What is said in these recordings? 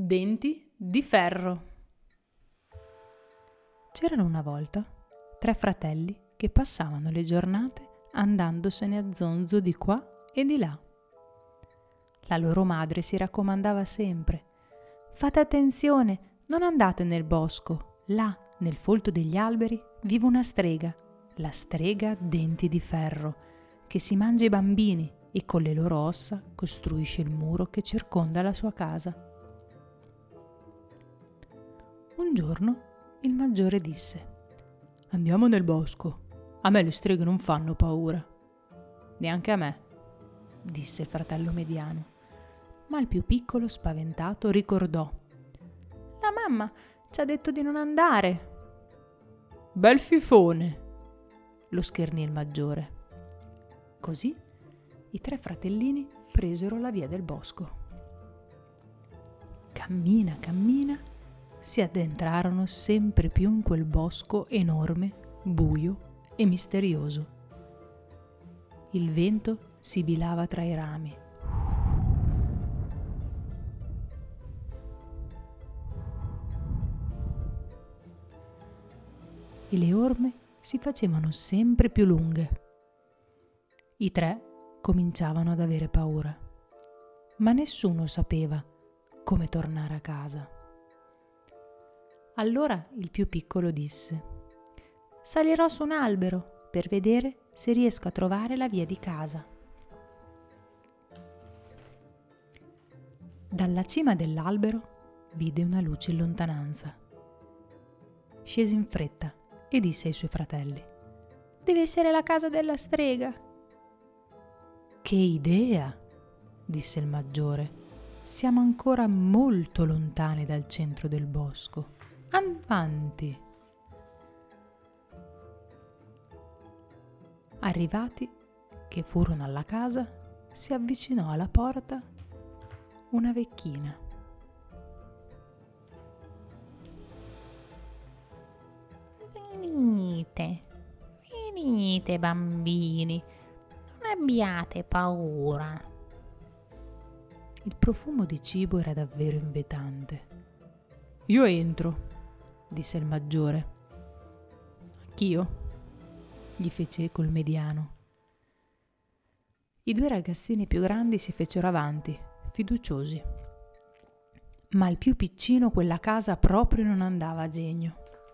Denti di ferro. C'erano una volta 3 fratelli che passavano le giornate andandosene a zonzo di qua e di là. La loro madre si raccomandava sempre: fate attenzione, non andate nel bosco, là nel folto degli alberi vive una strega, la strega Denti di Ferro, che si mangia i bambini e con le loro ossa costruisce il muro che circonda la sua casa. Un giorno il maggiore disse: andiamo nel bosco, a me le streghe non fanno paura. Neanche a me, disse il fratello mediano, ma il più piccolo, spaventato, ricordò: la mamma ci ha detto di non andare. Bel fifone, lo schernì il maggiore. Così i 3 fratellini presero la via del bosco. Cammina, si addentrarono sempre più in quel bosco enorme, buio e misterioso. Il vento sibilava tra i rami. E le orme si facevano sempre più lunghe. I 3 cominciavano ad avere paura, ma nessuno sapeva come tornare a casa. Allora il più piccolo disse: salirò su un albero per vedere se riesco a trovare la via di casa. Dalla cima dell'albero vide una luce in lontananza. Scese in fretta e disse ai suoi fratelli: deve essere la casa della strega. Che idea, disse il maggiore, siamo ancora molto lontani dal centro del bosco. Avanti. Arrivati che furono alla casa, si avvicinò alla porta una vecchina. Venite bambini, non abbiate paura. Il profumo di cibo era davvero invietante. Io entro, disse il maggiore. Anch'io, gli fece eco il mediano. I 2 ragazzini più grandi si fecero avanti, fiduciosi. Ma il più piccino quella casa proprio non andava a genio.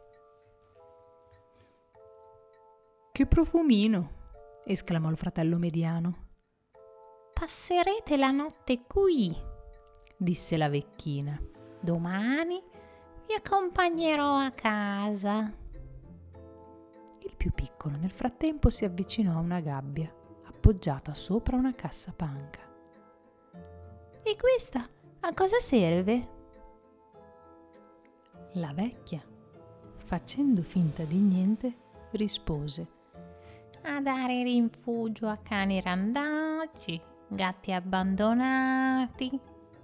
Che profumino! Esclamò il fratello mediano. Passerete la notte qui, Disse la vecchina. domani vi accompagnerò a casa. Il più piccolo nel frattempo si avvicinò a una gabbia appoggiata sopra una cassapanca. E questa a cosa serve? La vecchia, facendo finta di niente, rispose: A dare rifugio a cani randaci, gatti abbandonati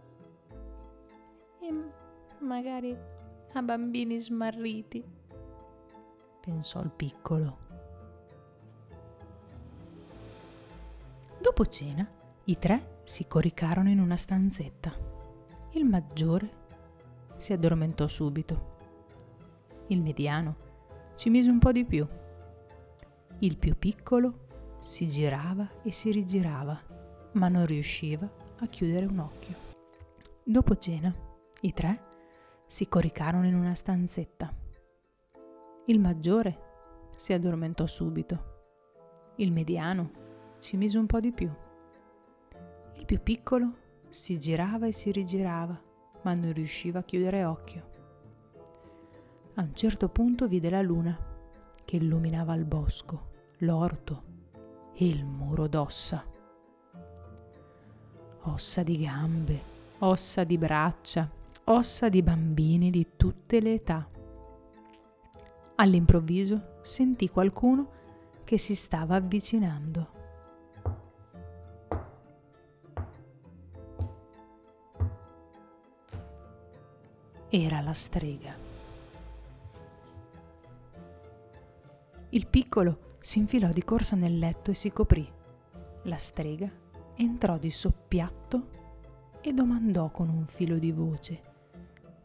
e magari a bambini smarriti, pensò il piccolo. Dopo cena, i 3 si coricarono in una stanzetta. Il maggiore si addormentò subito. Il mediano ci mise un po' di più. Il più piccolo si girava e si rigirava, ma non riusciva a chiudere un occhio. Dopo cena, i 3 si coricarono in una stanzetta. Il maggiore si addormentò subito. Il mediano ci mise un po' di più. Il più piccolo si girava e si rigirava, ma non riusciva a chiudere occhio. A un certo punto vide la luna che illuminava il bosco, l'orto e il muro d'ossa. Ossa di gambe, ossa di braccia, ossa di bambini di tutte le età. All'improvviso sentì qualcuno che si stava avvicinando. Era la strega. Il piccolo si infilò di corsa nel letto e si coprì. La strega entrò di soppiatto e domandò con un filo di voce: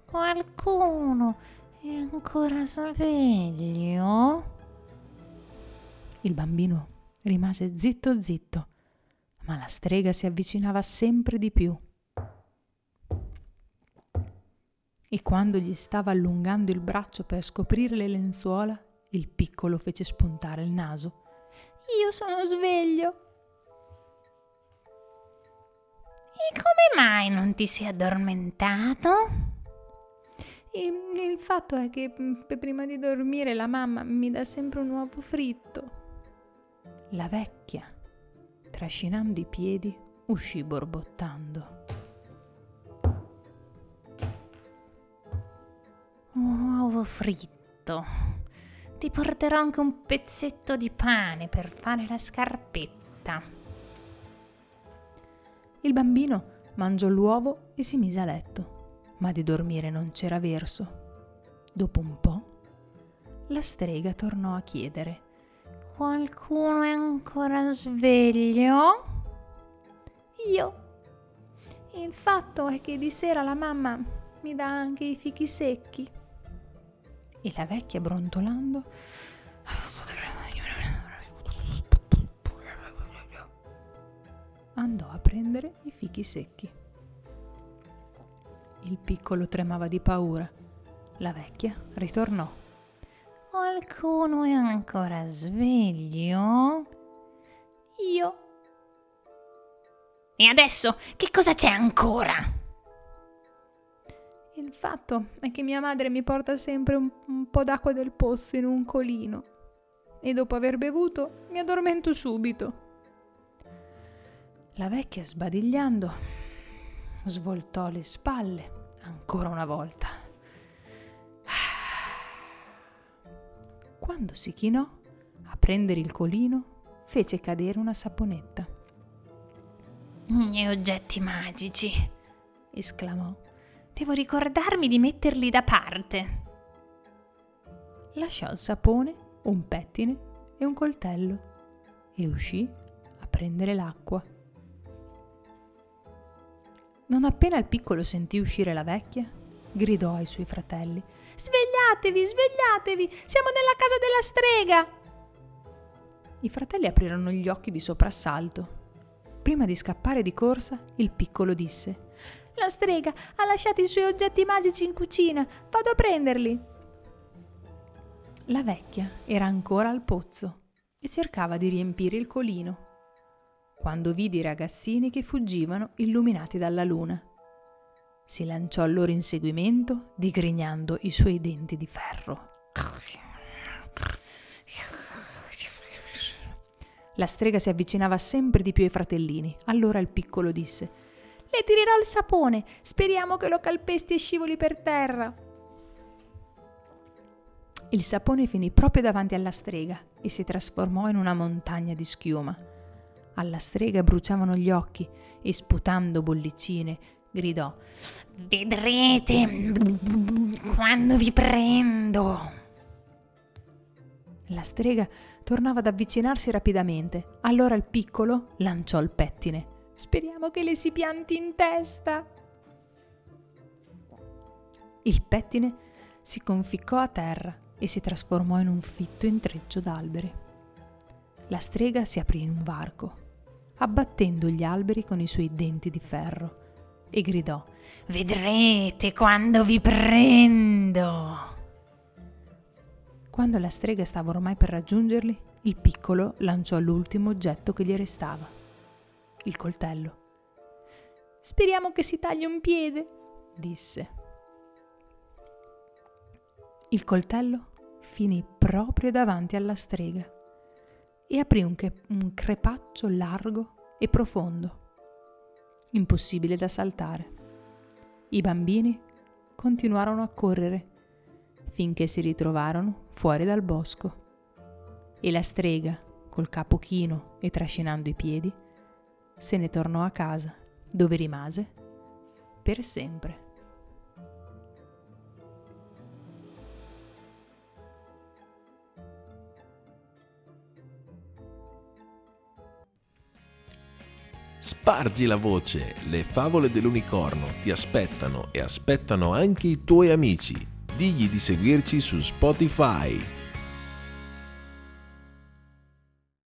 Qualcuno è ancora sveglio? Il bambino rimase zitto zitto, ma la strega si avvicinava sempre di più. E quando gli stava allungando il braccio per scoprire le lenzuola, il piccolo fece spuntare il naso. Io sono sveglio. E come mai non ti sei addormentato? Il fatto è che prima di dormire la mamma mi dà sempre un uovo fritto. La vecchia, trascinando i piedi, uscì borbottando. Un uovo fritto. Ti porterò anche un pezzetto di pane per fare la scarpetta. Il bambino mangiò l'uovo e si mise a letto, ma di dormire non c'era verso. Dopo un po', la strega tornò a chiedere: Qualcuno è ancora sveglio? Io. Il fatto è che di sera la mamma mi dà anche i fichi secchi. E la vecchia, brontolando, andò a prendere i fichi secchi. Il piccolo tremava di paura. La vecchia ritornò. Qualcuno è ancora sveglio? Io. E adesso che cosa c'è ancora? Il fatto è che mia madre mi porta sempre un po' d'acqua del pozzo in un colino e dopo aver bevuto mi addormento subito. La vecchia, sbadigliando, svoltò le spalle ancora una volta. Quando si chinò a prendere il colino, fece cadere una saponetta. I miei oggetti magici, esclamò. Devo ricordarmi di metterli da parte. Lasciò il sapone, un pettine e un coltello e uscì a prendere l'acqua. Non appena il piccolo sentì uscire la vecchia, gridò ai suoi fratelli: Svegliatevi, svegliatevi! Siamo nella casa della strega! I fratelli aprirono gli occhi di soprassalto. Prima di scappare di corsa, il piccolo disse: La strega ha lasciato i suoi oggetti magici in cucina, vado a prenderli. La vecchia era ancora al pozzo e cercava di riempire il colino, quando vide i ragazzini che fuggivano illuminati dalla luna. Si lanciò al loro inseguimento, digrignando i suoi denti di ferro. La strega si avvicinava sempre di più ai fratellini. Allora il piccolo disse: Le tirerò il sapone, speriamo che lo calpesti e scivoli per terra. Il sapone finì proprio davanti alla strega e si trasformò in una montagna di schiuma. Alla strega bruciavano gli occhi e, sputando bollicine, gridò: Vedrete quando vi prendo. La strega tornava ad avvicinarsi rapidamente. Allora il piccolo lanciò il pettine. Speriamo che le si pianti in testa. Il pettine si conficcò a terra e si trasformò in un fitto intreccio d'alberi. La strega si aprì in un varco, abbattendo gli alberi con i suoi denti di ferro, e gridò: Vedrete quando vi prendo. Quando la strega stava ormai per raggiungerli, il piccolo lanciò l'ultimo oggetto che gli restava: il coltello. Speriamo che si tagli un piede, disse. Il coltello finì proprio davanti alla strega e aprì un crepaccio largo e profondo, impossibile da saltare. I bambini continuarono a correre finché si ritrovarono fuori dal bosco e la strega, col capo chino e trascinando i piedi, se ne tornò a casa, dove rimase per sempre. Spargi la voce, le favole dell'unicorno ti aspettano e aspettano anche i tuoi amici. Digli di seguirci su Spotify.